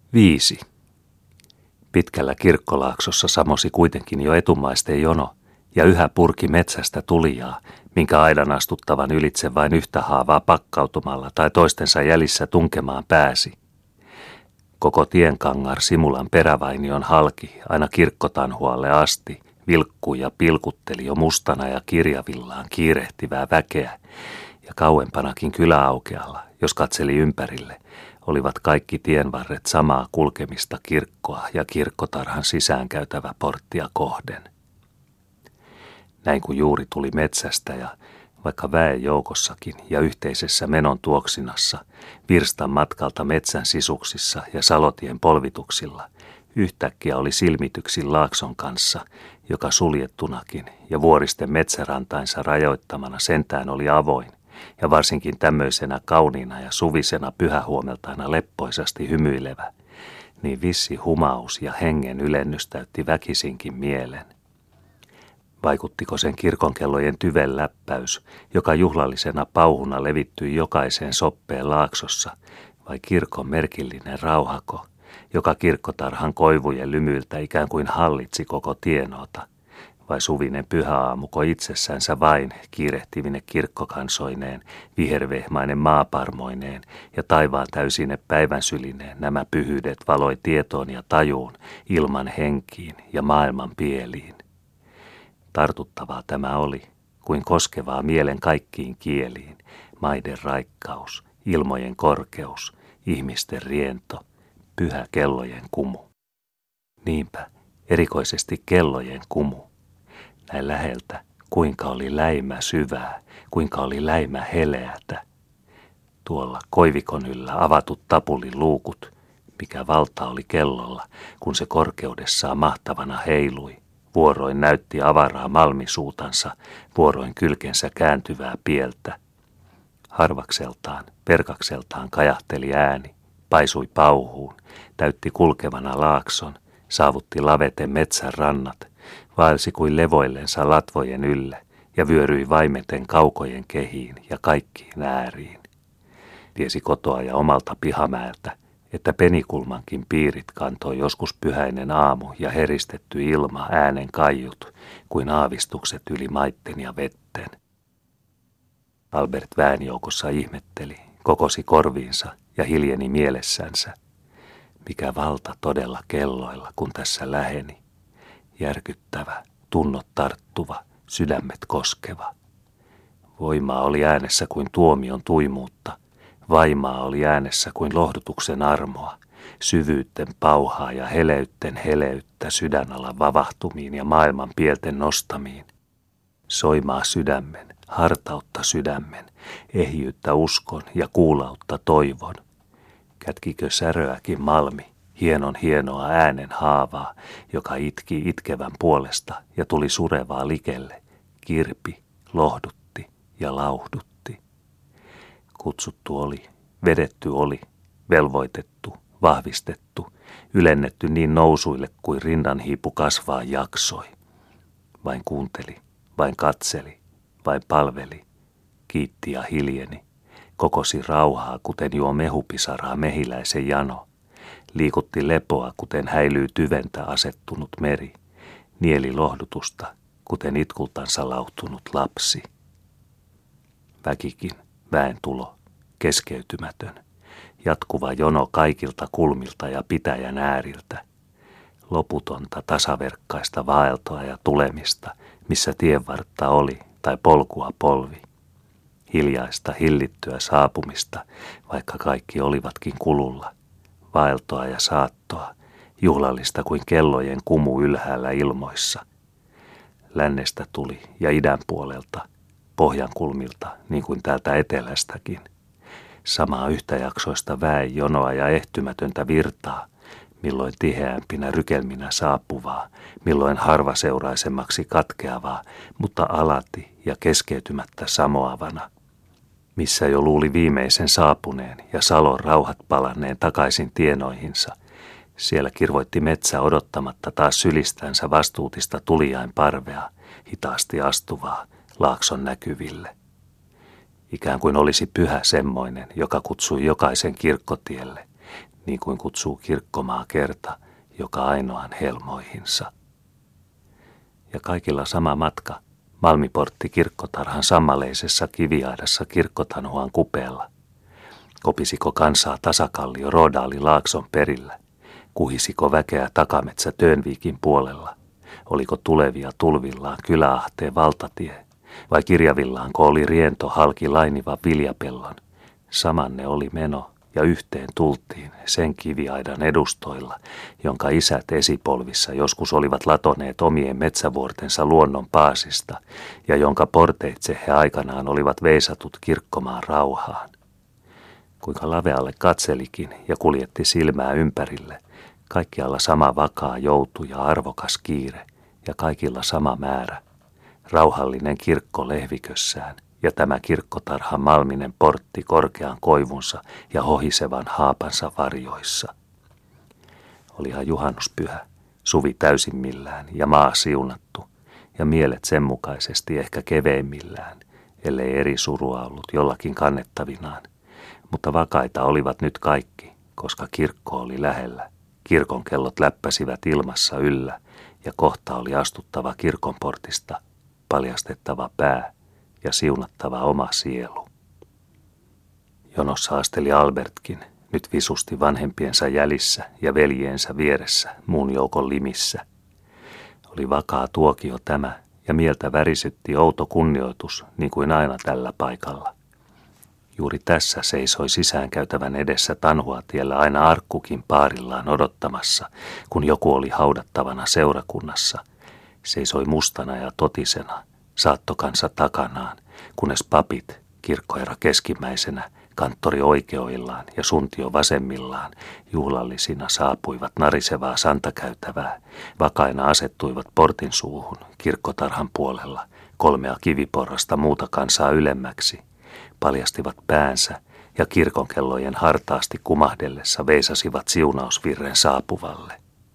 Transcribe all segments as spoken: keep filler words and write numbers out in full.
Viisi. Pitkällä kirkkolaaksossa samosi kuitenkin jo etumaisten jono, ja yhä purki metsästä tulijaa, minkä aidan astuttavan ylitse vain yhtä haavaa pakkautumalla tai toistensa jäljissä tunkemaan pääsi. Koko tienkangar Simulan perävainion halki aina kirkkotanhualle asti, vilkkui ja pilkutteli jo mustana ja kirjavillaan kiirehtivää väkeä, ja kauempanakin kyläaukealla, jos katseli ympärille, olivat kaikki tienvarret samaa kulkemista kirkkoa ja kirkkotarhan sisäänkäytävä porttia kohden. Näin kun juuri tuli metsästä ja vaikka väen joukossakin ja yhteisessä menon tuoksinassa, virstan matkalta metsän sisuksissa ja salotien polvituksilla, yhtäkkiä oli silmityksin laakson kanssa, joka suljettunakin ja vuoristen metsärantainsa rajoittamana sentään oli avoin, ja varsinkin tämmöisenä kauniina ja suvisena pyhähuomeltaina leppoisasti hymyilevä, niin vissi humaus ja hengen ylennys täytti väkisinkin mielen. Vaikuttiko sen kirkonkellojen tyven läppäys, joka juhlallisena pauhuna levittyi jokaiseen soppeen laaksossa, vai kirkon merkillinen rauhako, joka kirkkotarhan koivujen lymyiltä ikään kuin hallitsi koko tienoota, vai suvinen pyhäaamuko itsessänsä vain kiirehtivine kirkkokansoineen, vihervehmainen maaparmoineen ja taivaan täysine päivänsylineen nämä pyhyydet valoi tietoon ja tajuun, ilman henkiin ja maailman pieliin. Tartuttavaa tämä oli, kuin koskevaa mielen kaikkiin kieliin, maiden raikkaus, ilmojen korkeus, ihmisten riento, pyhä kellojen kumu. Niinpä, erikoisesti kellojen kumu. Näin läheltä, kuinka oli läimä syvää, kuinka oli läimä heleätä. Tuolla koivikon yllä avatut tapulin luukut, mikä valta oli kellolla, kun se korkeudessaan mahtavana heilui. Vuoroin näytti avaraa malmisuutansa, vuoroin kylkensä kääntyvää pieltä. Harvakseltaan, perkakseltaan kajahteli ääni, paisui pauhuun, täytti kulkevana laakson, saavutti laveten metsän rannat, vaelsi kuin levoillensa latvojen ylle ja vyöryi vaimeten kaukojen kehiin ja kaikkiin ääriin. Tiesi kotoa ja omalta pihamäeltä, että Penikulmankin piirit kantoi joskus pyhäinen aamu ja heristetty ilma äänen kaiut, kuin aavistukset yli maitten ja vetten. Albert väenjoukossa ihmetteli, kokosi korviinsa ja hiljeni mielessänsä. Mikä valta todella kelloilla, kun tässä läheni. Järkyttävä, tunnot tarttuva, sydämet koskeva. Voimaa oli äänessä kuin tuomion tuimuutta. Vaimaa oli äänessä kuin lohdutuksen armoa, syvyytten pauhaa ja heleytten heleyttä sydänalan vavahtumiin ja maailman pielten nostamiin. Soimaa sydämen, hartautta sydämen, ehjyyttä uskon ja kuulautta toivon. Kätkikö säröäkin malmi, hienon hienoa äänen haavaa, joka itki itkevän puolesta ja tuli surevaa likelle, kirpi, lohdutti ja lauhdutti. Kutsuttu oli, vedetty oli, velvoitettu, vahvistettu, ylennetty niin nousuille kuin rindanhiipu kasvaa jaksoi. Vain kuunteli, vain katseli, vain palveli, kiitti ja hiljeni, kokosi rauhaa, kuten juo mehupisaraa mehiläisen jano, liikutti lepoa, kuten häilyy tyventä asettunut meri, nieli lohdutusta, kuten itkultansa lauhtunut lapsi. Väkikin, väen tulo, keskeytymätön, jatkuva jono kaikilta kulmilta ja pitäjän ääriltä, loputonta tasaverkkaista vaeltoa ja tulemista, missä tienvartta oli tai polkua polvi, hiljaista hillittyä saapumista, vaikka kaikki olivatkin kululla, vaeltoa ja saattoa, juhlallista kuin kellojen kumu ylhäällä ilmoissa. Lännestä tuli ja idän puolelta, pohjan kulmilta, niin kuin täältä etelästäkin. Samaa yhtäjaksoista väen jonoa ja ehtymätöntä virtaa, milloin tiheämpinä rykelminä saapuvaa, milloin harvaseuraisemmaksi katkeavaa, mutta alati ja keskeytymättä samoavana. Missä jo luuli viimeisen saapuneen ja salon rauhat palanneen takaisin tienoihinsa, siellä kirvoitti metsä odottamatta taas sylistänsä vastuutista tulijain parvea, hitaasti astuvaa, laakson näkyville. Ikään kuin olisi pyhä semmoinen, joka kutsui jokaisen kirkkotielle, niin kuin kutsuu kirkkomaa kerta, joka ainoan helmoihinsa. Ja kaikilla sama matka, Malmiportti kirkkotarhan sammaleisessa kiviaidassa kirkkotanhuan kupeella. Kopisiko kansaa tasakallio Roodaali Laakson perillä? Kuhisiko väkeä takametsä Töönviikin puolella? Oliko tulevia tulvillaan kyläahteen valtatie? Vai kirjavillaanko oli riento halki lainiva viljapellon? Samanne oli meno ja yhteen tultiin sen kiviaidan edustoilla, jonka isät esipolvissa joskus olivat latoneet omien metsävuortensa luonnon paasista ja jonka porteitse he aikanaan olivat veisatut kirkkomaan rauhaan. Kuinka lavealle katselikin ja kuljetti silmää ympärille, kaikkialla sama vakaa joutu ja arvokas kiire ja kaikilla sama määrä, rauhallinen kirkko lehvikössään ja tämä kirkkotarhan malminen portti korkean koivunsa ja hohisevan haapansa varjoissa. Olihan juhannuspyhä, suvi täysimmillään ja maa siunattu, ja mielet sen mukaisesti ehkä keveimmillään, ellei eri surua ollut jollakin kannettavinaan. Mutta vakaita olivat nyt kaikki, koska kirkko oli lähellä. Kirkon kellot läppäsivät ilmassa yllä, ja kohta oli astuttava kirkonportista, paljastettava pää ja siunattava oma sielu. Jonossa asteli Albertkin, nyt visusti vanhempiensa jäljissä ja veljeensä vieressä muun joukon limissä. Oli vakaa tuokio tämä, ja mieltä värisytti outo kunnioitus, niin kuin aina tällä paikalla. Juuri tässä seisoi sisäänkäytävän edessä Tanhuatiellä aina arkkukin paarillaan odottamassa, kun joku oli haudattavana seurakunnassa. Seisoi mustana ja totisena, saattokansa takanaan, kunnes papit, kirkkoherra keskimmäisenä, kanttori oikeoillaan ja suntio vasemmillaan, juhlallisina saapuivat narisevaa santakäytävää, vakaina asettuivat portin suuhun, kirkkotarhan puolella, kolmea kiviporrasta muuta kansaa ylemmäksi, paljastivat päänsä ja kirkonkellojen hartaasti kumahdellessa veisasivat siunausvirren saapuvalle.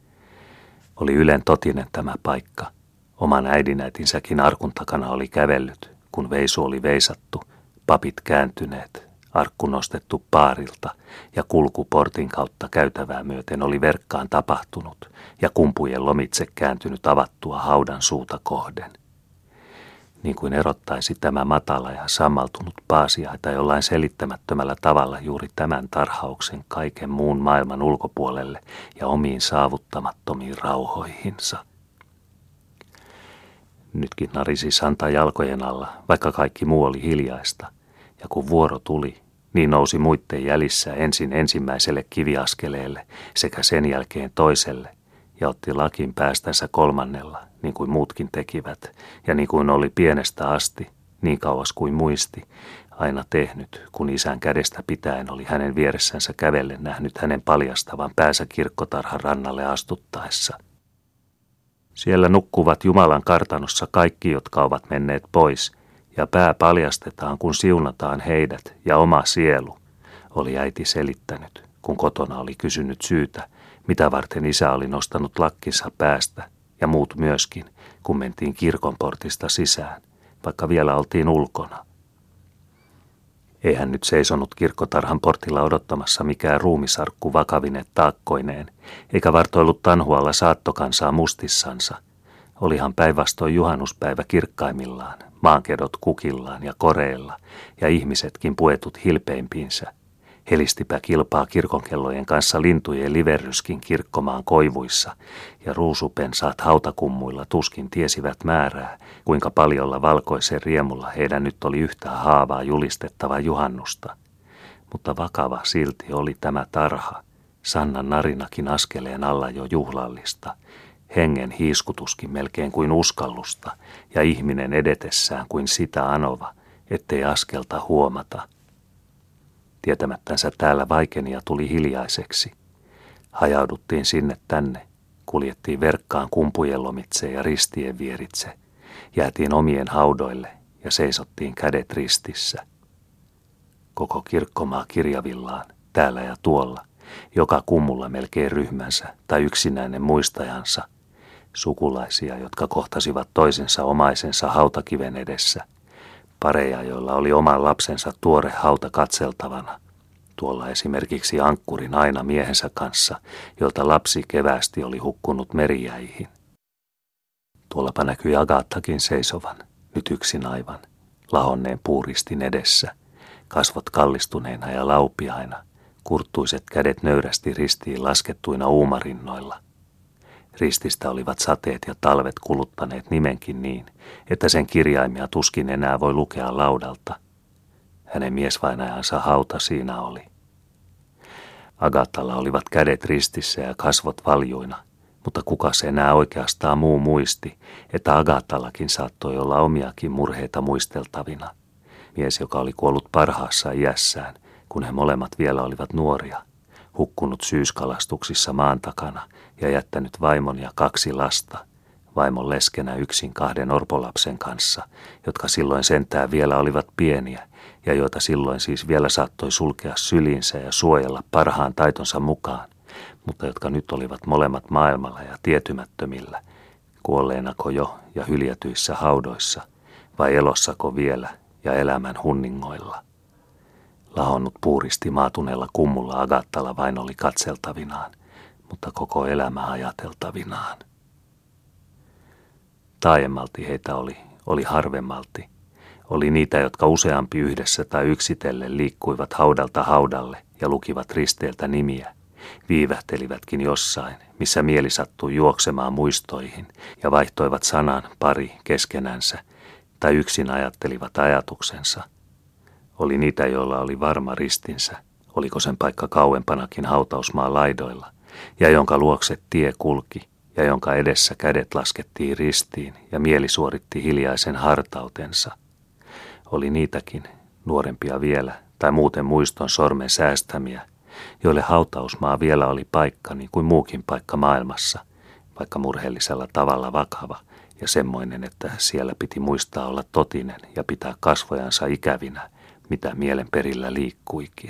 Oli Ylen totinen tämä paikka. Oman äidinäitinsäkin arkun takana oli kävellyt, kun veisu oli veisattu, papit kääntyneet, arkku nostettu paarilta ja kulku portin kautta käytävää myöten oli verkkaan tapahtunut ja kumpujen lomitse kääntynyt avattua haudan suuta kohden. Niin kuin erottaisi tämä matala ja sammaltunut paasiaita jollain selittämättömällä tavalla juuri tämän tarhauksen kaiken muun maailman ulkopuolelle ja omiin saavuttamattomiin rauhoihinsa. Nytkin narisi santa jalkojen alla, vaikka kaikki muu oli hiljaista, ja kun vuoro tuli, niin nousi muitten jäljissä ensin ensimmäiselle kiviaskeleelle sekä sen jälkeen toiselle, ja otti lakin päästänsä kolmannella, niin kuin muutkin tekivät, ja niin kuin oli pienestä asti, niin kauas kuin muisti, aina tehnyt, kun isän kädestä pitäen oli hänen vieressänsä kävellen nähnyt hänen paljastavan päänsä kirkkotarhan rannalle astuttaessa. Siellä nukkuvat Jumalan kartanossa kaikki, jotka ovat menneet pois, ja pää paljastetaan, kun siunataan heidät ja oma sielu, oli äiti selittänyt, kun kotona oli kysynyt syytä, mitä varten isä oli nostanut lakkinsa päästä, ja muut myöskin, kun mentiin kirkonportista sisään, vaikka vielä oltiin ulkona. Eihän nyt seisonut kirkkotarhan portilla odottamassa mikään ruumisarkku vakavine taakkoineen, eikä vartoillut Tanhualla saattokansaa mustissansa. Olihan päinvastoin juhannuspäivä kirkkaimmillaan, maankedot kukillaan ja koreilla, ja ihmisetkin puetut hilpeimpiinsä. Helistipä kilpaa kirkonkellojen kanssa lintujen liverryskin kirkkomaan koivuissa, ja ruusupensaat hautakummuilla tuskin tiesivät määrää, kuinka paljolla valkoisen riemulla heidän nyt oli yhtä haavaa julistettava juhannusta. Mutta vakava silti oli tämä tarha, Sannan narinakin askeleen alla jo juhlallista, hengen hiiskutuskin melkein kuin uskallusta, ja ihminen edetessään kuin sitä anova, ettei askelta huomata. Tietämättänsä täällä vaikeni ja tuli hiljaiseksi. Hajauduttiin sinne tänne, kuljettiin verkkaan kumpujen lomitse ja ristien vieritse, jäätiin omien haudoille ja seisottiin kädet ristissä. Koko kirkkomaa kirjavillaan, täällä ja tuolla, joka kummulla melkein ryhmänsä tai yksinäinen muistajansa, sukulaisia, jotka kohtasivat toisensa omaisensa hautakiven edessä, pareja, joilla oli oman lapsensa tuore hauta katseltavana, Tuolla esimerkiksi ankkurin aina miehensä kanssa, jolta lapsi keväästi oli hukkunut merijäihin. Tuollapa näkyi Agattakin seisovan, nyt yksin aivan, lahonneen puuristin edessä, kasvot kallistuneina ja laupiaina, kurttuiset kädet nöyrästi ristiin laskettuina uumarinnoilla. Rististä olivat sateet ja talvet kuluttaneet nimenkin niin, että sen kirjaimia tuskin enää voi lukea laudalta. Hänen miesvainajansa hauta siinä oli. Agattalla olivat kädet ristissä ja kasvot valjuina, mutta kukas enää oikeastaan muu muisti, että Agattallakin saattoi olla omiakin murheita muisteltavina. Mies, joka oli kuollut parhaassa iässään, kun he molemmat vielä olivat nuoria, hukkunut syyskalastuksissa maan takana ja jättänyt vaimon ja kaksi lasta, vaimon leskenä yksin kahden orpolapsen kanssa, jotka silloin sentään vielä olivat pieniä ja joita silloin siis vielä saattoi sulkea syliinsä ja suojella parhaan taitonsa mukaan, mutta jotka nyt olivat molemmat maailmalla ja tietymättömillä, kuolleenako jo ja hyljätyissä haudoissa, vai elossako vielä ja elämän hunningoilla. Lahonnut puuristi maatuneella kummulla Agattalla vain oli katseltavinaan, mutta koko elämä ajateltavinaan. Taajemmalti heitä oli, oli harvemmalti. Oli niitä, jotka useampi yhdessä tai yksitellen liikkuivat haudalta haudalle ja lukivat risteiltä nimiä. Viivähtelivätkin jossain, missä mieli sattui juoksemaan muistoihin ja vaihtoivat sanan pari keskenänsä tai yksin ajattelivat ajatuksensa. Oli niitä, joilla oli varma ristinsä, oliko sen paikka kauempanakin hautausmaan laidoilla, ja jonka luokse tie kulki, ja jonka edessä kädet laskettiin ristiin ja mieli suoritti hiljaisen hartautensa. Oli niitäkin, nuorempia vielä, tai muuten muiston sormen säästämiä, joille hautausmaa vielä oli paikka niin kuin muukin paikka maailmassa, vaikka murheellisella tavalla vakava ja semmoinen, että siellä piti muistaa olla totinen ja pitää kasvojansa ikävinä, mitä mielen perillä liikkuikin.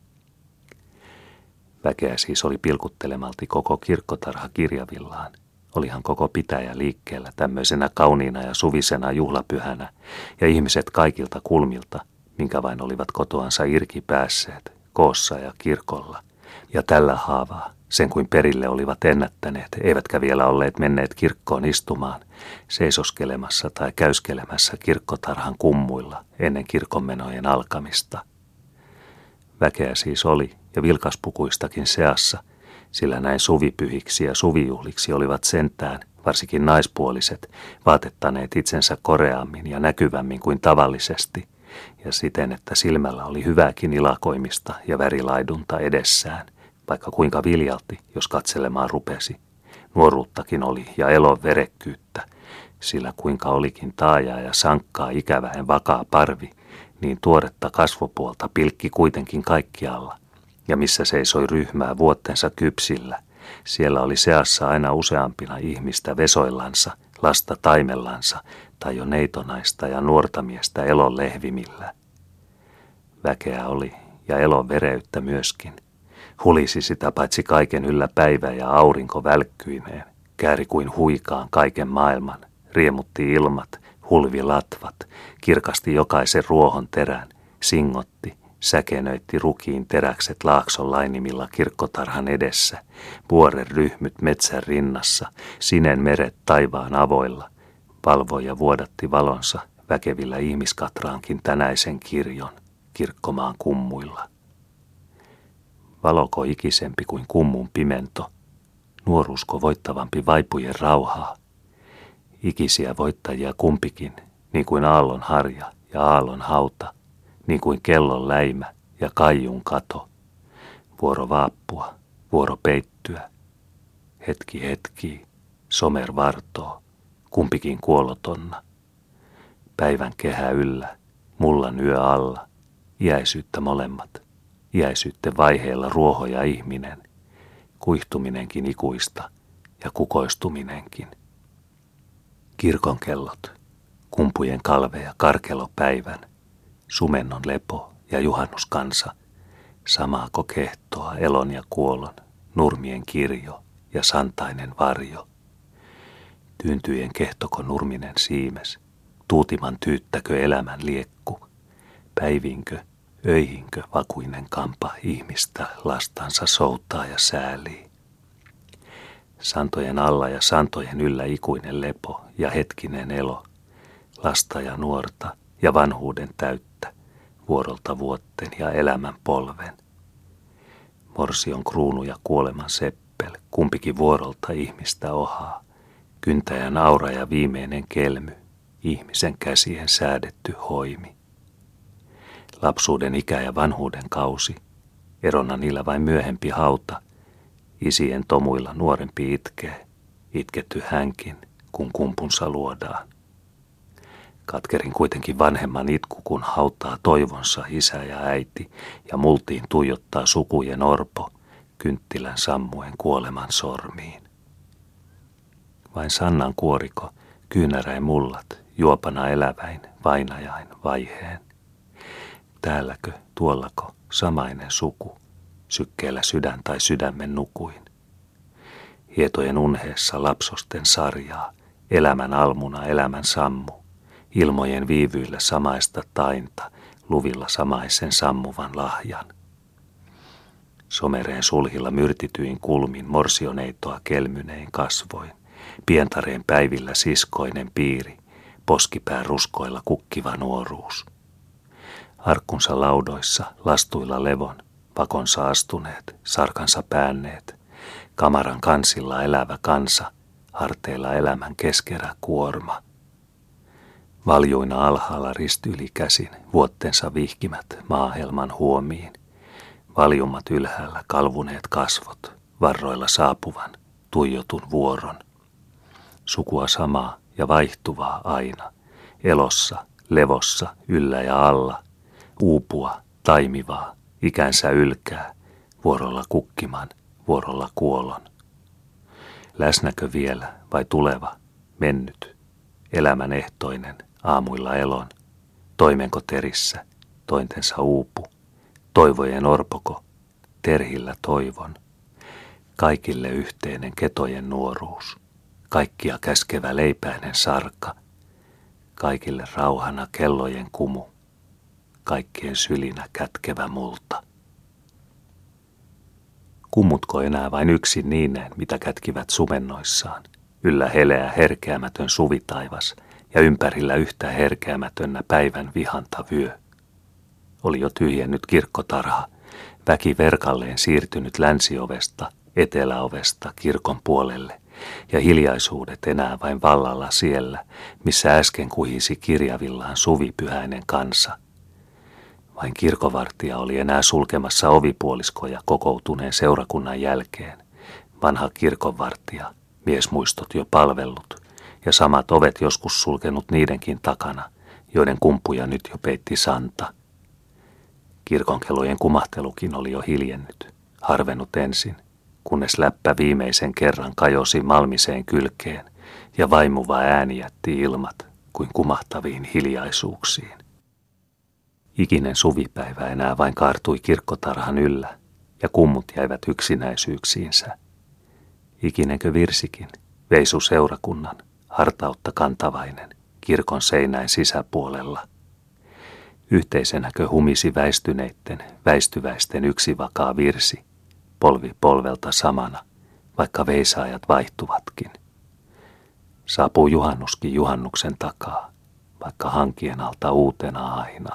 Väkeä siis oli pilkuttelemalti koko kirkkotarha kirjavillaan. Olihan koko pitäjä liikkeellä tämmöisenä kauniina ja suvisena juhlapyhänä, ja ihmiset kaikilta kulmilta, minkä vain olivat kotoansa irki päässeet, koossa ja kirkolla. Ja tällä haavaa, sen kuin perille olivat ennättäneet, eivätkä vielä olleet menneet kirkkoon istumaan, seisoskelemassa tai käyskelemässä kirkkotarhan kummuilla ennen kirkonmenojen alkamista. Väkeä siis oli, ja vilkaspukuistakin seassa, sillä näin suvipyhiksi ja suvijuhliksi olivat sentään, varsinkin naispuoliset, vaatettaneet itsensä koreammin ja näkyvämmin kuin tavallisesti, ja siten, että silmällä oli hyvääkin ilakoimista ja värilaidunta edessään, vaikka kuinka viljalti, jos katselemaan rupesi. Nuoruuttakin oli ja elon verekkyyttä, sillä kuinka olikin taajaa ja sankkaa ikäväen vakaa parvi, niin tuoretta kasvopuolta pilkki kuitenkin kaikkialla, ja missä seisoi ryhmää vuottensa kypsillä, siellä oli seassa aina useampina ihmistä vesoillansa, lasta taimellansa, tai jo neitonaista ja nuorta miestä elon lehvimillä. Väkeä oli, ja elon vereyttä myöskin. Hulisi sitä paitsi kaiken yllä päivä ja aurinko välkkyineen, kääri kuin huikaan kaiken maailman, riemutti ilmat, hulvi latvat, kirkasti jokaisen ruohon terän, singotti, säkenöitti rukiin teräkset laakson lainimilla kirkkotarhan edessä, vuoren ryhmyt metsän rinnassa, sinen meret taivaan avoilla, valvoi ja vuodatti valonsa väkevillä ihmiskatraankin tänäisen kirjon, kirkkomaan kummuilla. Valoko ikisempi kuin kummun pimento, nuoruusko voittavampi vaipujen rauhaa. Ikisiä voittajia kumpikin, niin kuin aallon harja ja aallon hauta, niin kuin kellon läimä ja kaijun kato. Vuoro vaappua, vuoro peittyä. Hetki hetki, somer vartoo, kumpikin kuolotonna. Päivän kehä yllä, mullan yö alla, iäisyyttä molemmat, iäisyytten vaiheella ruoho ja ihminen, kuihtuminenkin ikuista ja kukoistuminenkin. Kirkon kellot, kumpujen kalve ja karkelo päivän, sumennon lepo ja juhannuskansa, samaako kehtoa elon ja kuolon, nurmien kirjo ja santainen varjo. Tyyntyjen kehtoko nurminen siimes, tuutiman tyyttäkö elämän liekku, päivinkö, öihinkö vakuinen kampa ihmistä lastansa soutaa ja säälii. Santojen alla ja santojen yllä ikuinen lepo ja hetkinen elo, lasta ja nuorta ja vanhuuden täyttä, vuorolta vuotten ja elämän polven. Morsion kruunu ja kuoleman seppel, kumpikin vuorolta ihmistä ohaa, kyntäjän aura ja viimeinen kelmy, ihmisen käsien säädetty hoimi. Lapsuuden ikä ja vanhuuden kausi, erona niillä vain myöhempi hauta, isien tomuilla nuorempi itkee, itketty hänkin, kun kumpunsa luodaan. Katkerin kuitenkin vanhemman itku, kun hautaa toivonsa isä ja äiti, ja multiin tuijottaa sukujen orpo, kynttilän sammuen kuoleman sormiin. Vain Sannan kuoriko, kyynäräin mullat, juopana eläväin, vainajain, vaiheen. Täälläkö, tuollako, samainen suku, sykkeellä sydän tai sydämen nukuin. Hietojen unheessa lapsosten sarjaa, elämän almuna elämän sammu, ilmojen viivyillä samaista tainta, luvilla samaisen sammuvan lahjan. Somereen sulhilla myrtityin kulmin morsioneitoa kelmynein kasvoin, pientareen päivillä siskoinen piiri, poskipään ruskoilla kukkiva nuoruus. Arkkunsa laudoissa, lastuilla levon, pakonsa astuneet, sarkansa päänneet, kamaran kansilla elävä kansa, harteilla elämän keskerä kuorma. Valjuina alhaalla ristyyli käsin, vuottensa vihkimät maahelman huomiin, valjummat ylhäällä kalvuneet kasvot, varroilla saapuvan, tuijotun vuoron. Sukua samaa ja vaihtuvaa aina, elossa, levossa, yllä ja alla, uupua, taimivaa, ikänsä ylkää, vuorolla kukkiman, vuorolla kuolon. Läsnäkö vielä vai tuleva, mennyt, elämän ehtoinen, aamuilla elon, toimenko terissä, tointensa uupu, toivojen orpoko, terhillä toivon, kaikille yhteinen ketojen nuoruus, kaikkia käskevä leipäinen sarka, kaikille rauhana kellojen kumu, kaikkien sylinä kätkevä multa. Kummutko enää vain yksin niineen, mitä kätkivät sumennoissaan, yllä heleä herkeämätön suvitaivas ja ympärillä yhtä herkeämätönnä päivän vihanta vyö. Oli jo tyhjennyt kirkkotarha, väki verkalleen siirtynyt länsiovesta, eteläovesta kirkon puolelle, ja hiljaisuudet enää vain vallalla siellä, missä äsken kuhisi kirjavillaan suvipyhäinen kansa. Vain kirkovartija oli enää sulkemassa ovipuoliskoja kokoutuneen seurakunnan jälkeen, vanha kirkonvartija, miesmuistot jo palvellut, ja samat ovet joskus sulkenut niidenkin takana, joiden kumpuja nyt jo peitti santa. Kirkonkellojen kumahtelukin oli jo hiljennyt, harvenut ensin, kunnes läppä viimeisen kerran kajosi malmiseen kylkeen, ja vaimuva ääni jätti ilmat kuin kumahtaviin hiljaisuuksiin. Ikinen suvipäivä enää vain kaartui kirkkotarhan yllä, ja kummut jäivät yksinäisyyksiinsä. Ikinenkö virsikin, veisu seurakunnan, hartautta kantavainen, kirkon seinäin sisäpuolella. Yhteisenäkö humisi väistyneitten, väistyväisten yksi vakaa virsi, polvi polvelta samana, vaikka veisaajat vaihtuvatkin. Saapuu juhannuskin juhannuksen takaa, vaikka hankien alta uutena aina.